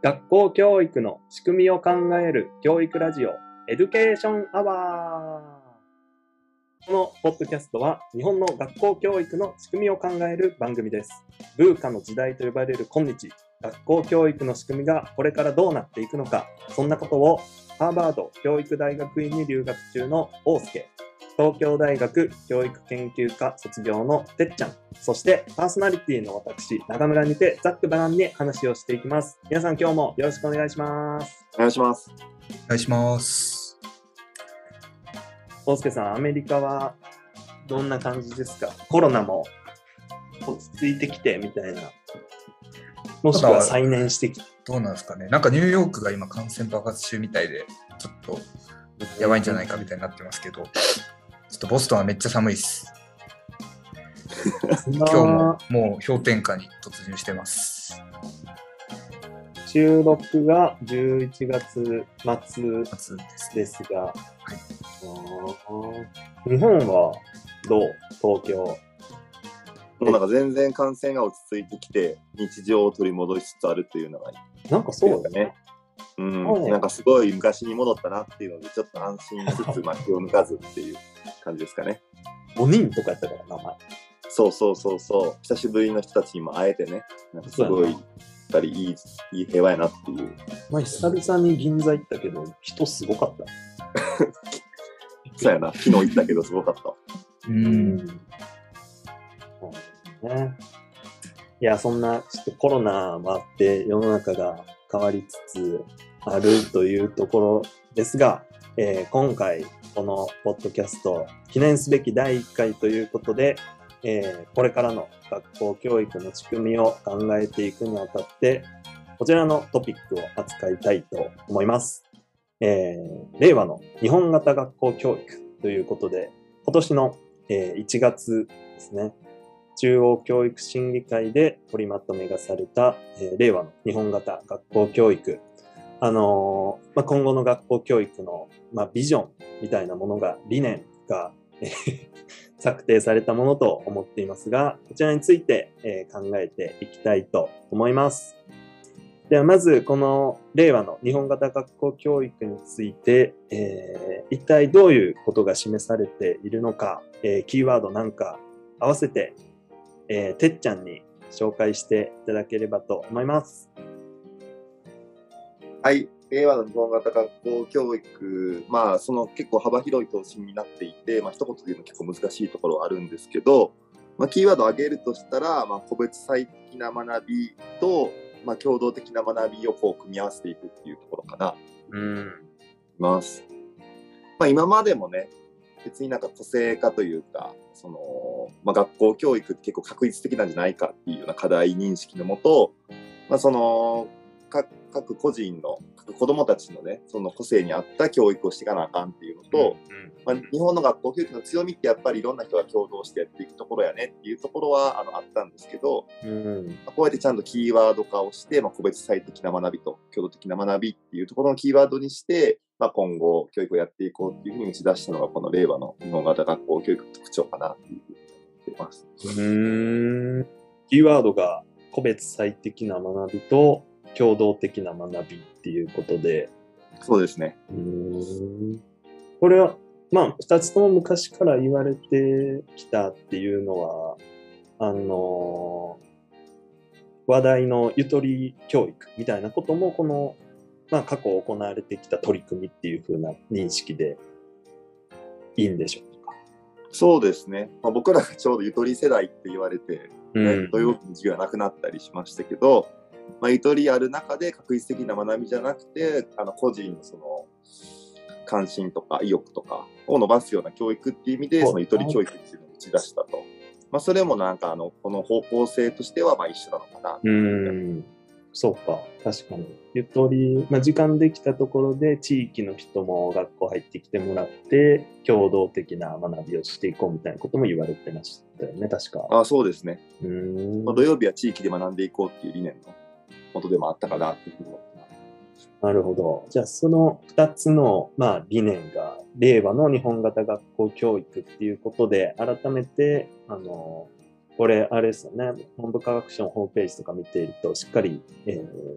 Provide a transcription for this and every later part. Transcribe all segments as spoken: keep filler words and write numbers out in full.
学校教育の仕組みを考える教育ラジオエデュケーションアワー。このポッドキャストは日本の学校教育の仕組みを考える番組です。ブーカの時代と呼ばれる今日、学校教育の仕組みがこれからどうなっていくのか、そんなことをハーバード教育大学院に留学中の大輔、東京大学教育研究科卒業のてっちゃん、そしてパーソナリティの私中村にてざっくばらんに話をしていきます。皆さん今日もよろしくお願いします。 お願いします。 お願いします。 大輔さん、アメリカはどんな感じですか？コロナも落ち着いてきてみたいな、もしくは再燃してきて、 どうなんですかね。なんかニューヨークが今感染爆発中みたいでちょっとやばいんじゃないかみたいになってますけど、ちょっとボストンはめっちゃ寒いっす。今日ももう氷点下に突入してます。 収録がじゅういちがつ末ですが、はい、日本はどう？東京。 もうなんか全然感染が落ち着いてきて日常を取り戻しつつあるというのがなんかそうだね。 うん、はい、なんかすごい昔に戻ったなっていうのでちょっと安心しつつまあ気を抜かずっていう感じですかね。 ごにんとかやったから名前。 そうそうそうそう。久しぶりの人たちにも会えてね、なんかすごいやっぱりいいいい平和やなっていう。 まあ久々に銀座行ったけど人すごかった。 そうやな。昨日行ったけどすごかった。 うん。ね、いや、そんなちょっとコロナもあって世の中が変わりつつあるというところですが、えー、今回このポッドキャスト記念すべきだいいっかいということで、えー、これからの学校教育の仕組みを考えていくにあたってこちらのトピックを扱いたいと思います。えー、令和の日本型学校教育ということで、今年の、えー、いちがつですね、中央教育審議会で取りまとめがされた、えー、令和の日本型学校教育、あのーまあ、今後の学校教育の、まあ、ビジョンみたいなものが、理念が、えー、策定されたものと思っていますが、こちらについて、えー、考えていきたいと思います。ではまずこの令和の日本型学校教育について、えー、一体どういうことが示されているのか、えー、キーワードなんか合わせてえー、てっちゃんに紹介していただければと思います。 はい、令和の日本型学校教育、まあその結構幅広い答申になっていて、まあ一言で言うの結構難しいところはあるんですけど、まあ、キーワードを挙げるとしたら、まあ、個別最適な学びと、まあ、共同的な学びをこう組み合わせていくっていうところかな。 うん。 います。まあ今までもね、別になんか個性化というか、そのまあ、学校教育って結構確率的なんじゃないかっていうような課題認識のもと、まあ、その各個人の各子どもたちのね、その個性に合った教育をしていかなあかんっていうのと、うんうん、まあ、日本の学校教育の強みってやっぱりいろんな人が共同してやっていくところやねっていうところはあのあったんですけど、うんまあ、こうやってちゃんとキーワード化をして、まあ、個別最適な学びと共同的な学びっていうところのキーワードにして、まあ、今後教育をやっていこうっていうふうに打ち出したのがこの令和の日本型学校教育の特徴かなっていうふうに思っています。 うーん、キーワードが個別最適な学びと共同的な学びっていうことで。 そうですね。 うーん、これはまあふたつとも昔から言われてきたっていうのはあの話題のゆとり教育みたいなこともこのまあ、過去行われてきた取り組みっていう風な認識でいいんでしょうか。 そうですね、まあ、僕らがちょうどゆとり世代って言われて、ね、うん、土曜日の授業はなくなったりしましたけど、まあ、ゆとりある中で確実的な学びじゃなくてあの個人のその関心とか意欲とかを伸ばすような教育っていう意味でそのゆとり教育っていうのを打ち出したと、まあ、それもなんかあのこの方向性としてはまあ一緒なのかな。 うんそうか、確かに。ゆとり、まあ、時間できたところで地域の人も学校入ってきてもらって、共同的な学びをしていこうみたいなことも言われてましたよね、確か。 あ、そうですね。 うーん、 まあ、土曜日は地域で学んでいこうっていう理念の元でもあったかなっていうふうに思ってます。 なるほど。じゃあそのふたつの、まあ、理念が令和の日本型学校教育っていうことで、改めて、あの、これ、あれですよね、文部科学省のホームページとか見ていると、しっかり、えー、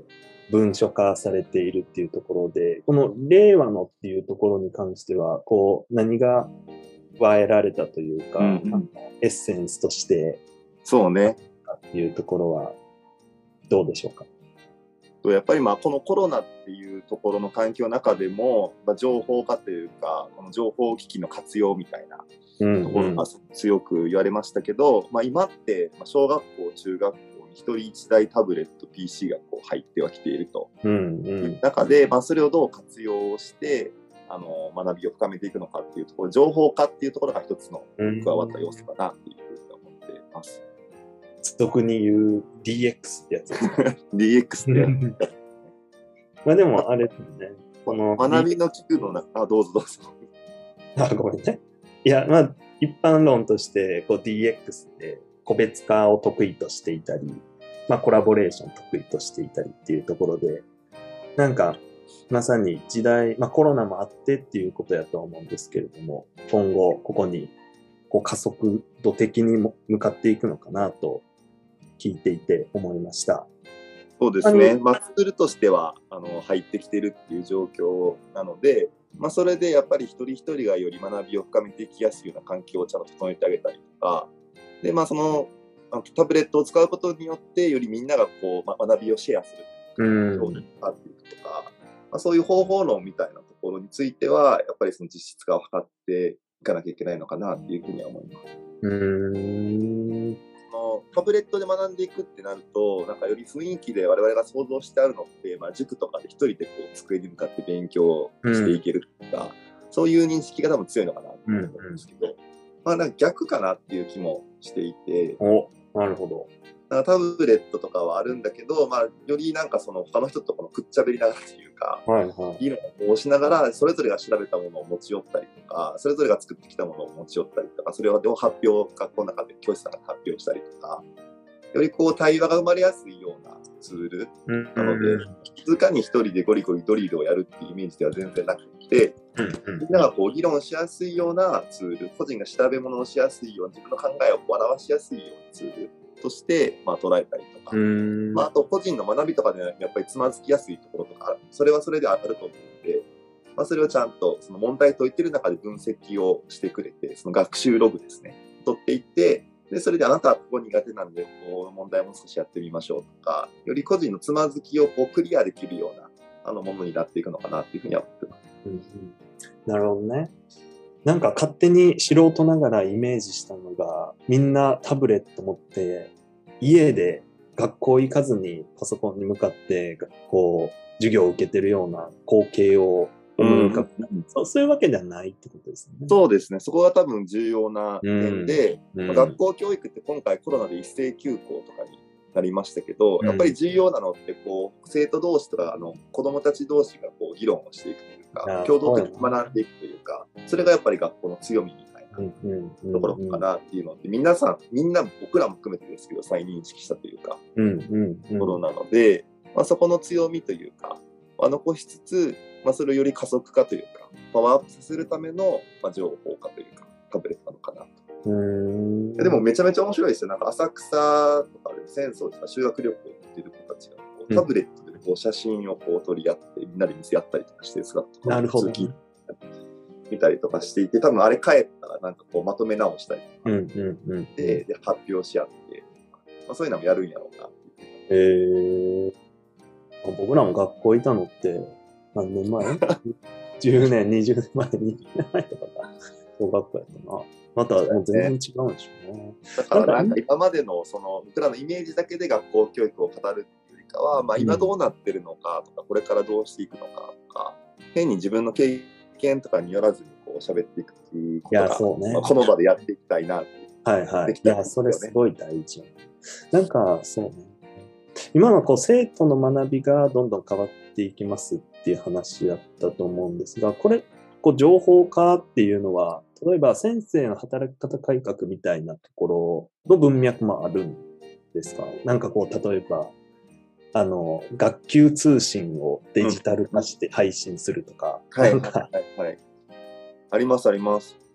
文書化されているっていうところで、この令和のっていうところに関しては、こう、何が加えられたというか、 うんうん、 あのエッセンスとしてそうね。 っていうところはどうでしょうか。 やっぱりまあこのコロナっていうところの環境の中でも、まあ、情報化というか、この情報機器の活用みたいなところが強く言われましたけど、うんうん、まあ、今って小学校、中学校に一人一台タブレット、ピーシー がこう入ってはきているという中で、まあ、それをどう活用してあの学びを深めていくのかっていうところ、情報化っていうところが一つの加わった要素かなっていうふうに思っています。 俗に言う ディーエックス ってやつ。 ディーエックス ってやつ。 まあでもあれですね。 この学びの器具の中、あ、どうぞどうぞ。 あ、ごめんね。いや、まあ一般論としてこう ディーエックス って個別化を得意としていたり、まあコラボレーション得意としていたりっていうところで、なんかまさに時代、まあコロナもあってっていうことやと思うんですけれども、今後ここにこう加速度的にも向かっていくのかなと聞いていて思いました。 そうですね。まあ、ツールとしてはあの入ってきてるっていう状況なので、まあ、それでやっぱり一人一人がより学びを深めていきやすいような環境をちゃんと整えてあげたりとか、で、まあ、そのタブレットを使うことによってよりみんながこう、まあ、学びをシェアするというか、共有していくとか、まあ、そういう方法論みたいなところについてはやっぱりその実質化を図っていかなきゃいけないのかなっていうふうには思います。 うーん、 タブレットで学んでいくってなると、なんかより雰囲気で我々が想像してあるのって、まあ、塾とかで一人でこう机に向かって勉強していけるとか、うん、そういう認識が多分強いのかなと思うんですけど、うんうん、まあなんか逆かなっていう気もしていて、 お、なるほど。 なんかタブレットとかはあるんだけど、まあ、よりなんかその他の人とこのくっちゃべりながらというか、 はいはい、 議論をしながら、それぞれが調べたものを持ち寄ったりとか、それぞれが作ってきたものを持ち寄ったりとか、それを発表、学校の中で教室の中で発表したりとか、よりこう対話が生まれやすいようなツールなので、静かに一人でゴリゴリドリルをやるっていうイメージでは全然なくて、みんながこう議論しやすいようなツール、個人が調べ物をしやすいような、自分の考えを表しやすいようなツールとして、まあ、捉えたりとか、まあ、あと個人の学びとかでやっぱりつまずきやすいところとか、それはそれであると思うので、まあ、それをちゃんとその問題解いてる中で分析をしてくれて、その学習ログですね、取っていって、でそれであなたはここ苦手なんで、こう問題も少しやってみましょうとか、より個人のつまずきをこうクリアできるようなあのものになっていくのかなっていうふうには思ってます。 うんうん、なるほどね。なんか勝手に素人ながらイメージしたのが、みんなタブレット持って家で学校行かずにパソコンに向かってこう授業を受けてるような光景を思い浮かぶ、うん、そう、そういうわけではないってことですね。 そうですね。そこが多分重要な点で、うんうん、学校教育って今回コロナで一斉休校とかになりましたけど、うん、やっぱり重要なのってこう生徒同士とかあの子どもたち同士がこう議論をしていくというか、共同的に学んでいくというか、それがやっぱり学校の強みみたいなところかなっていうので、皆さん、みんな僕らも含めてですけど再認識したというか、 うんうんうん、 ところなので、まあ、そこの強みというか、まあ、残しつつ、まあ、それをより加速化というか、パワーアップさせるための、まあ、情報化というか、タブレットなのかなと。 うーん、 でもめちゃめちゃ面白いですよ。なんか浅草とかで浅草とか修学旅行に行ってる子たちがこう、タブレットでこう写真をこう取り合って、みんなで見せ合ったりとかしてる姿とか、 なるほど、 見たりとかしていて、多分あれ帰ったらなんかこうまとめ直したりとか、 うんうんうん、 で, で発表し合って、まあ、そういうのもやるんやろうなっていう。 へえー。僕らも学校いたのって何年前じゅうねん、にじゅうねんまえ、にじゅうねんまえとかが小学校やったな。またもう全然違うんでしょうね。 だからなんか今までのその僕らのイメージだけで学校教育を語るっていうよりかは、まあ、今どうなってるのかとか、これからどうしていくのかとか、変に自分の経験とかによらずにこう喋っていくっていうことが、そうね、まあ、この場でやっていきたいなっていう。 はいはい。いや、それすごい大事。なんかそうね。今のこう生徒の学びがどんどん変わっていきますっていう話だったと思うんですが、これ、こう情報化っていうのは、例えば先生の働き方改革みたいなところの文脈もあるんですか？なんかこう、例えば、あの、学級通信をデジタル化して配信するとか。 うん、はい、はい、はい。あります、あります。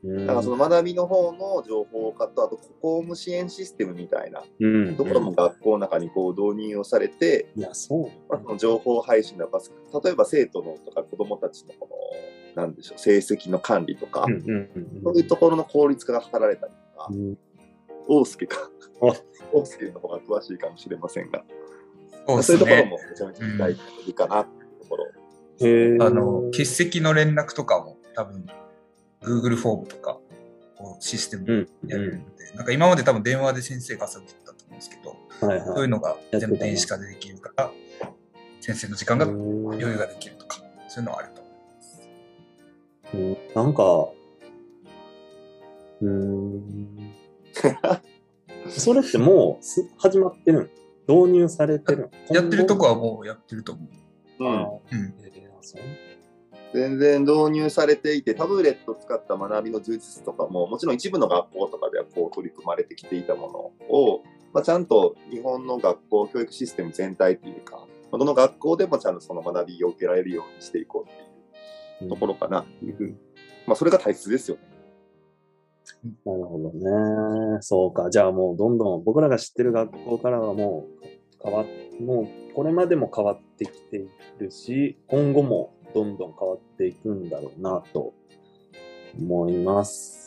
うんだからその学びの方の情報化と、あと公務支援システムみたいなうんところも学校の中にこう導入をされて、 いや、そう。 まあ、その情報配信の場、例えば生徒のとか子どもたちのこの、なんでしょう、成績の管理とか、 うんうんうんそういうところの効率化が図られたりとか、 うん大輔かあ、 大輔の方が詳しいかもしれませんが、 そうでそういうところすね。 もめちゃめちゃ大事かなっていうところ。 へーあの、欠席の連絡とかも多分、Google フォームとか、こうシステムでやれるので、なんか今まで多分電話で先生が遊びだったと思うんですけど、 はいはい、 そういうのが全部電子化でできるから、先生の時間が余裕ができるとか、そういうのはあると思います。 うんなんか、うーん。それってもうす始まってるん導入されてるんやってるとこはもうやってると思う。 うんうん。 えーそう全然導入されていて、タブレットを使った学びの充実とかも、もちろん一部の学校とかではこう取り組まれてきていたものを、まあ、ちゃんと日本の学校教育システム全体というか、まあどの学校でもちゃんとその学びを受けられるようにしていこうっていうところかなっていうふうに、まあ、それが大切ですよね。 なるほどね。そうか。じゃあもうどんどん僕らが知ってる学校からはもう変わっ、もうこれまでも変わってきているし、今後もどんどん変わっていくんだろうなと思います。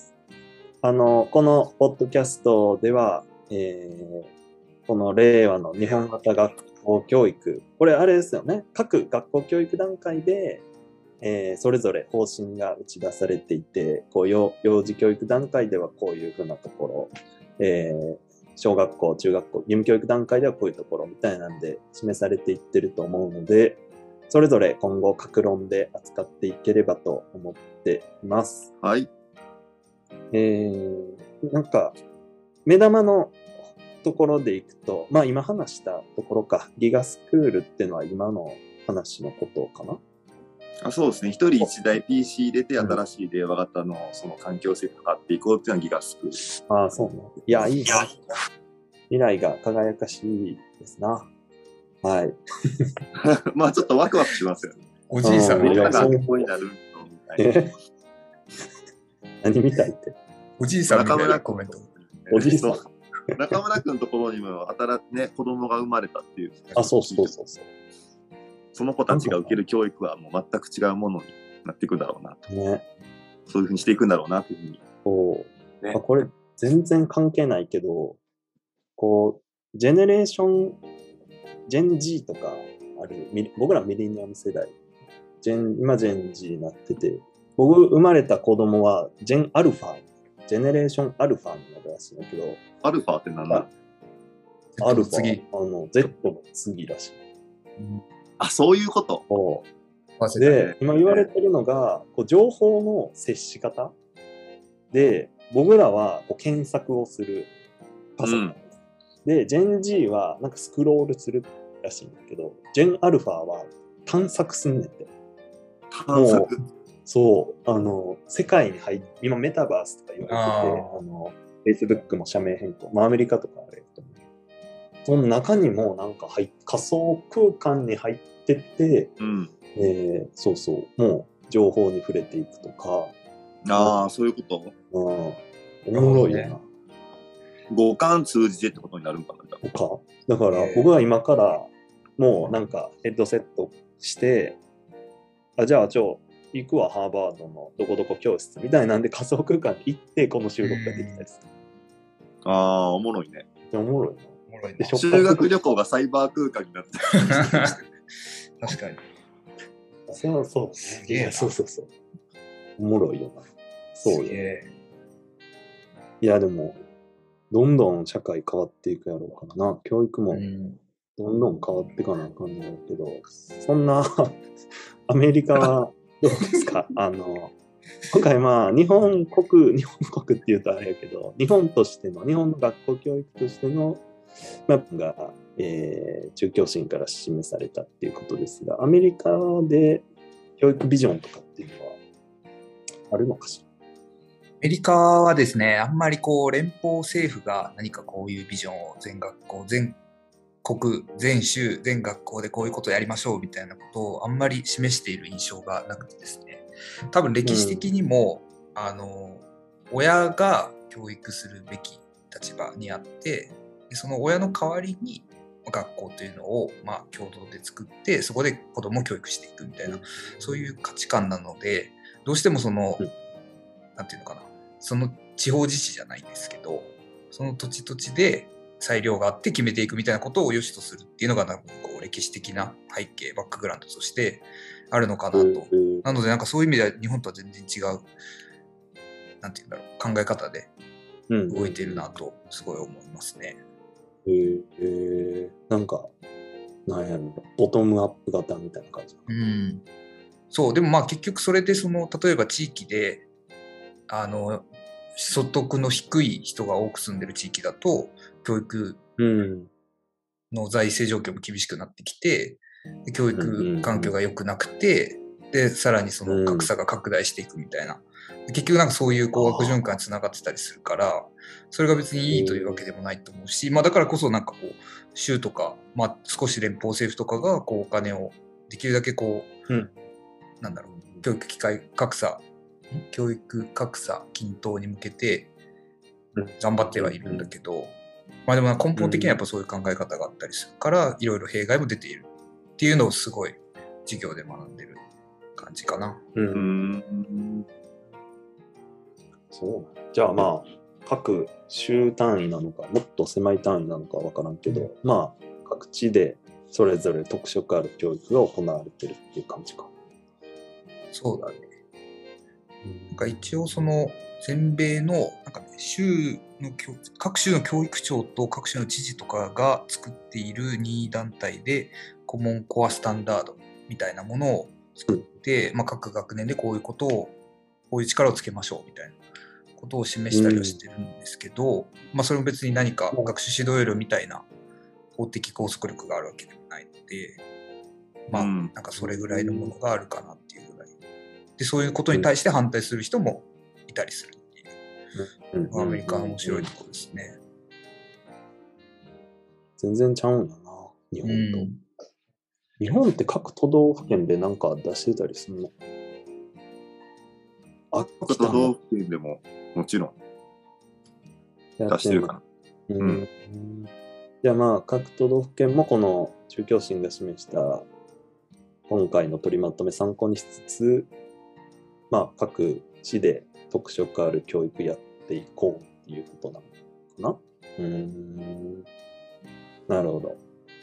あの、このポッドキャストでは、えー、この令和の日本型学校教育、これあれですよね。各学校教育段階で、えー、それぞれ方針が打ち出されていて、こう幼幼児教育段階ではこういうふうなところ、えー、小学校、中学校、義務教育段階ではこういうところみたいなんで示されていってると思うので、それぞれ今後各論で扱っていければと思っています。 はい。 えー、なんか目玉のところでいくと、まあ今話したところか、ギガスクールっていうのは今の話のことかな。 あ、そうですね。一人一台 ピーシー 入れて新しい電話型のその環境性を測っていこうっていうのがギガスクール。 ああ、そうね。いや、いいな。未来が輝かしいですな。はい。 まあちょっとワクワクしますよね。 おじいさんみたいな。 みんなが学校になるのみたいな。 え何みたいって。 おじいさんみたいな中村コメント。 おじいさん。 そう中村君のところにも新ね、子供が生まれたっていう。 あ、そうそうそうそう。 その子たちが受ける教育はもう全く違うものになっていくんだろうなと。 ね。 そういうふうにしていくんだろうなというふうに。 こう、 ねあこれ全然関係ないけど、こう、ジェネレーション、ジェン Z とかある、ミ僕らミレニアム世代、ジェン、今ジェン Z になってて、僕生まれた子供はジェンアルファ、ジェネレーションアルファになるらしいんだけど、 アルファって何だ。 アルファ、 次。 あの、Z の次らしい。 あ、そういうこと。 こ忘れうで、今言われてるのが、こう情報の接し方で、僕らはこう検索をするパソコン。 うんで、ジェン Z はなんかスクロールするらしいんだけど、ジェンアルファは探索すんねんて。 探索。 そう、あの、世界に入っ今メタバースとか言われてて、 ああの、Facebook も社名変更、まあアメリカとかあれと思う。その中にもなんか入っ仮想空間に入ってって、 うん。 えーそうそう、もう情報に触れていくとか、 ああ、そういうこと。 うん、おもろいよな。 五感通じてってことになるんかな。 とか、だから僕は今からもうなんかヘッドセットして、あ、じゃあちょ、行くわ、ハーバードのどこどこ教室みたいなんで仮想空間に行ってこの収録ができたりする。 ああ、おもろいね。 おもろいな。 おもろいなでしょ修学旅行がサイバー空間になってる。 確かに。 そうそう。 すげえないやそうそうそう。おもろいよな。そうよ。 すげえいや、でも、どんどん社会変わっていくやろうからな。教育もうんどんどん変わっていかなあかんねんけど、そんなアメリカはどうですかあの、今回まあ、日本国、日本国って言うとあれやけど、日本としての、日本の学校教育としてのマップが、えー中教審から示されたっていうことですが、アメリカで教育ビジョンとかっていうのはあるのかしら。 アメリカはですね、あんまりこう連邦政府が何かこういうビジョンを全学校、全国、全州、全学校でこういうことをやりましょうみたいなことをあんまり示している印象がなくてですね、多分歴史的にも、うん、あの親が教育するべき立場にあって、でその親の代わりに学校というのをまあ共同で作って、そこで子供を教育していくみたいな、そういう価値観なので、どうしてもその、うん、なんていうのかな、その地方自治じゃないんですけど、その土地土地で裁量があって決めていくみたいなことを良しとするっていうのがなんかこう歴史的な背景、バックグラウンドとしてあるのかなと。なのでなんかそういう意味では日本とは全然違う、なんていうんだろう、考え方で動いてるなとすごい思いますね。 へえー、なんかなんやろ、ボトムアップ型みたいな感じ。 うん。そう、でもまあ結局それでその例えば地域であの所得の低い人が多く住んでる地域だと教育の財政状況も厳しくなってきて、で教育環境が良くなくて、でさらにその格差が拡大していくみたいな、結局なんかそういうこう悪循環につながってたりするから、それが別にいいというわけでもないと思うし、まあ、だからこそなんかこう州とか、まあ、少し連邦政府とかがこうお金をできるだけこう、うん、なんだろう、教育機会格差教育格差均等に向けて頑張ってはいるんだけど、まあでも根本的にはやっぱそういう考え方があったりするからいろいろ弊害も出ているっていうのをすごい授業で学んでる感じかな。 うん、そうじゃあまあ各州単位なのかもっと狭い単位なのかわからんけど、うん、まあ各地でそれぞれ特色ある教育が行われてるっていう感じか。 そうだね。なんか一応その全米のなんか、ね、州の各州の教育長と各州の知事とかが作っている任意団体でコモンコアスタンダードみたいなものを作って、うんまあ、各学年でこういうことをこういう力をつけましょうみたいなことを示したりはしてるんですけど、うんまあ、それも別に何か学習指導要領みたいな法的拘束力があるわけでもないので、まあなんかそれぐらいのものがあるかなっていうぐらいで、そういうことに対して反対する人もいたりするっていう、うん、アメリカの面白いところですね。 全然ちゃうんだな、日本と。うん、日本って各都道府県で何か出してたりするの？ あ、各都道府県でももちろん出してるかな。 うんうん、じゃあまあ各都道府県もこの中教審が示した今回の取りまとめ参考にしつつ、まあ、各地で特色ある教育やっていこうっていうことなのかな。うーん。なるほど。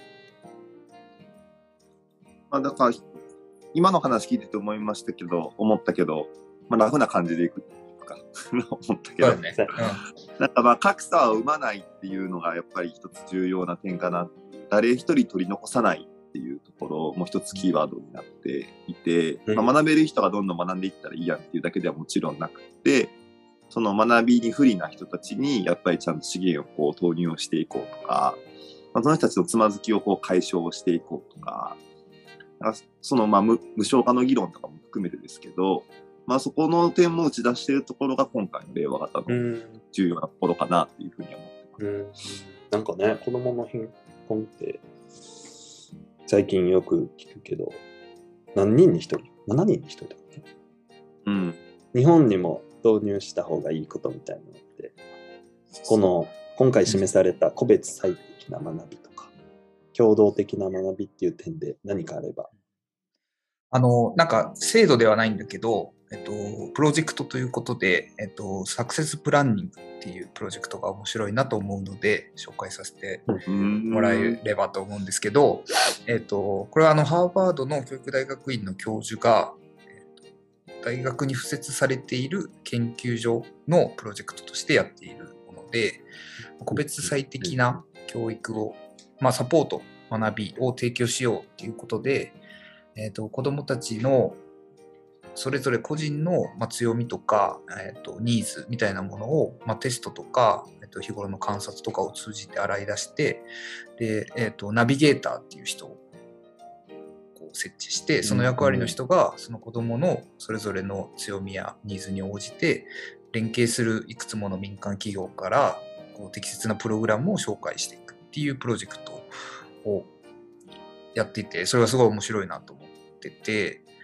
まあ、だから今の話聞いてて思いましたけど、思ったけど、まあ、ラフな感じでいくか思ったけど、ねうん、なんかまあ格差を生まないっていうのがやっぱり一つ重要な点かな。誰一人取り残さないっていうところも一つキーワードになっていて、まあ、学べる人がどんどん学んでいったらいいやんっていうだけではもちろんなくて、その学びに不利な人たちにやっぱりちゃんと資源をこう投入をしていこうとか、まあ、その人たちのつまずきをこう解消していこうとか、そのまあ無償化の議論とかも含めてですけど、まあ、そこの点も打ち出しているところが今回の令和型の重要なところかなっていうふうに思ってます。 うん、なんかね、子供の貧困って最近よく聞くけど、何人に一人 ?なな 人に一人とかね。 うん。 日本にも導入した方がいいことみたいなのって、この今回示された個別最適な学びとか、共同的な学びっていう点で何かあれば。 あの、なんか制度ではないんだけど、えっと、プロジェクトということで、えっと、サクセスプランニングっていうプロジェクトが面白いなと思うので、紹介させてもらえればと思うんですけど、えっと、これはあの、ハーバードの教育大学院の教授が、えっと、大学に付設されている研究所のプロジェクトとしてやっているもので、個別最適な教育を、まあ、サポート、学びを提供しようということで、えっと、子どもたちのそれぞれ個人の強みとか、えーと、ニーズみたいなものを、まあ、テストとか、えーと、日頃の観察とかを通じて洗い出して、で、えーと、ナビゲーターっていう人をこう設置して、その役割の人がその子どものそれぞれの強みやニーズに応じて連携するいくつもの民間企業からこう適切なプログラムを紹介していくっていうプロジェクトをやっていて、それがすごい面白いなと思ってて、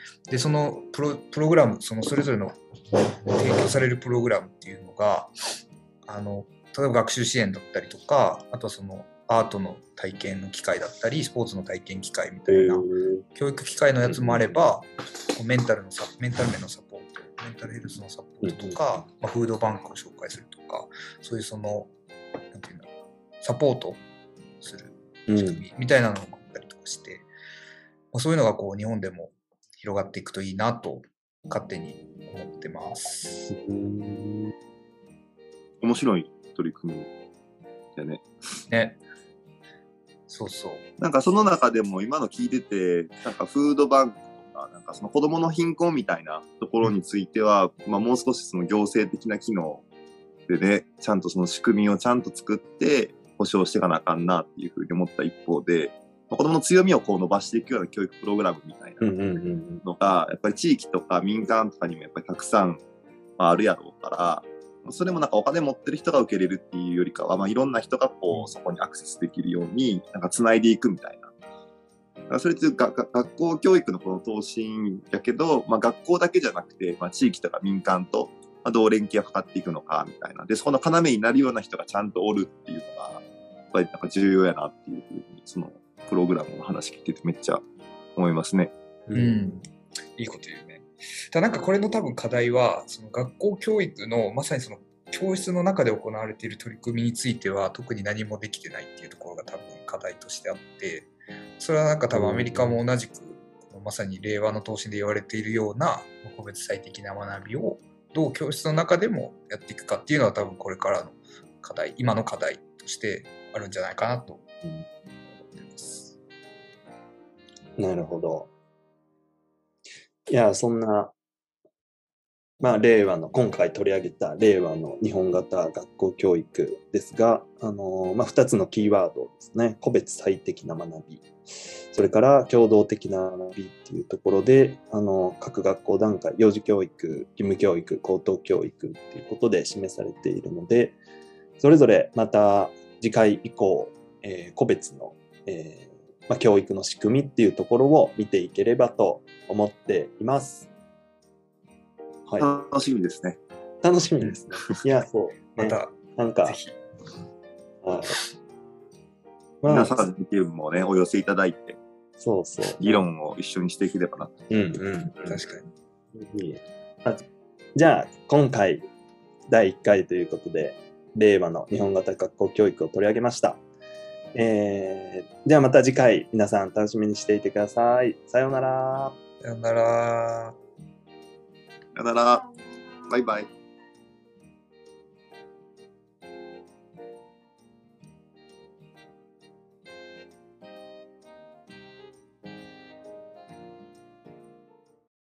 で、そのプロ、プログラム、そのそれぞれの提供されるプログラムっていうのが、あの例えば学習支援だったりとか、あとはそのアートの体験の機会だったり、スポーツの体験機会みたいな教育機会のやつもあれば、メンタルのサメンタル面のサポート、メンタルヘルスのサポートとか、まあ、フードバンクを紹介するとか、そういうそのなんていうのサポートする仕組みみたいなのもあったりとかして、まあ、そういうのがこう日本でも広がっていくといいなと勝手に思ってます。 面白い取り組みだね。 ね。そうそう。 なんかその中でも今の聞いてて、なんかフードバンクとか、なんかその子どもの貧困みたいなところについては、うん、まあもう少しその行政的な機能でね、ちゃんとその仕組みをちゃんと作って保障していかなあかんなっていうふうに思った一方で、まあ、子どもの強みをこう伸ばしていくような教育プログラムみたいなのが、やっぱり地域とか民間とかにもやっぱりたくさんあるやろうから、それもなんかお金持ってる人が受けれるっていうよりかは、まあ、いろんな人がこうそこにアクセスできるようになんか繋いでいくみたいな。だからそれってがが学校教育のこの答申やけど、まあ、学校だけじゃなくて、まあ、地域とか民間とどう連携がかかっていくのかみたいな。で、そこの要になるような人がちゃんとおるっていうのが、やっぱりなんか重要やなっていうふうに、そのプログラムの話聞いててめっちゃ思いますね。 うん。いいこと言うね。ただなんかこれの多分課題は、その学校教育のまさにその教室の中で行われている取り組みについては特に何もできてないっていうところが多分課題としてあって、それはなんか多分アメリカも同じく、まさに令和の答申で言われているような個別最適な学びをどう教室の中でもやっていくかっていうのは多分これからの課題、今の課題としてあるんじゃないかなと思っています。 なるほど。いや、そんな、まあ、令和の、今回取り上げた令和の日本型学校教育ですが、あの、まあ、ふたつのキーワードですね。個別最適な学び。それから共同的な学びっていうところで、あの、各学校段階、幼児教育、義務教育、高等教育っていうことで示されているので、それぞれまた次回以降、えー、個別の、えーまあ、教育の仕組みっていうところを見ていければと思っています。 はい、楽しみですね。 楽しみですね。いや、そう。 また、 なんか、 ぜひ。 はい。 まあ、皆さんの意見もね、お寄せいただいて、 そうそう。 議論を一緒にしていければなと。 うんうん。 確かに。 いいあじゃあ、今回、だいいっかいということで、令和の日本型学校教育を取り上げました。えー、ではまた次回、皆さん楽しみにしていてください。さようなら。 さようなら。 さよなら。バイバイ。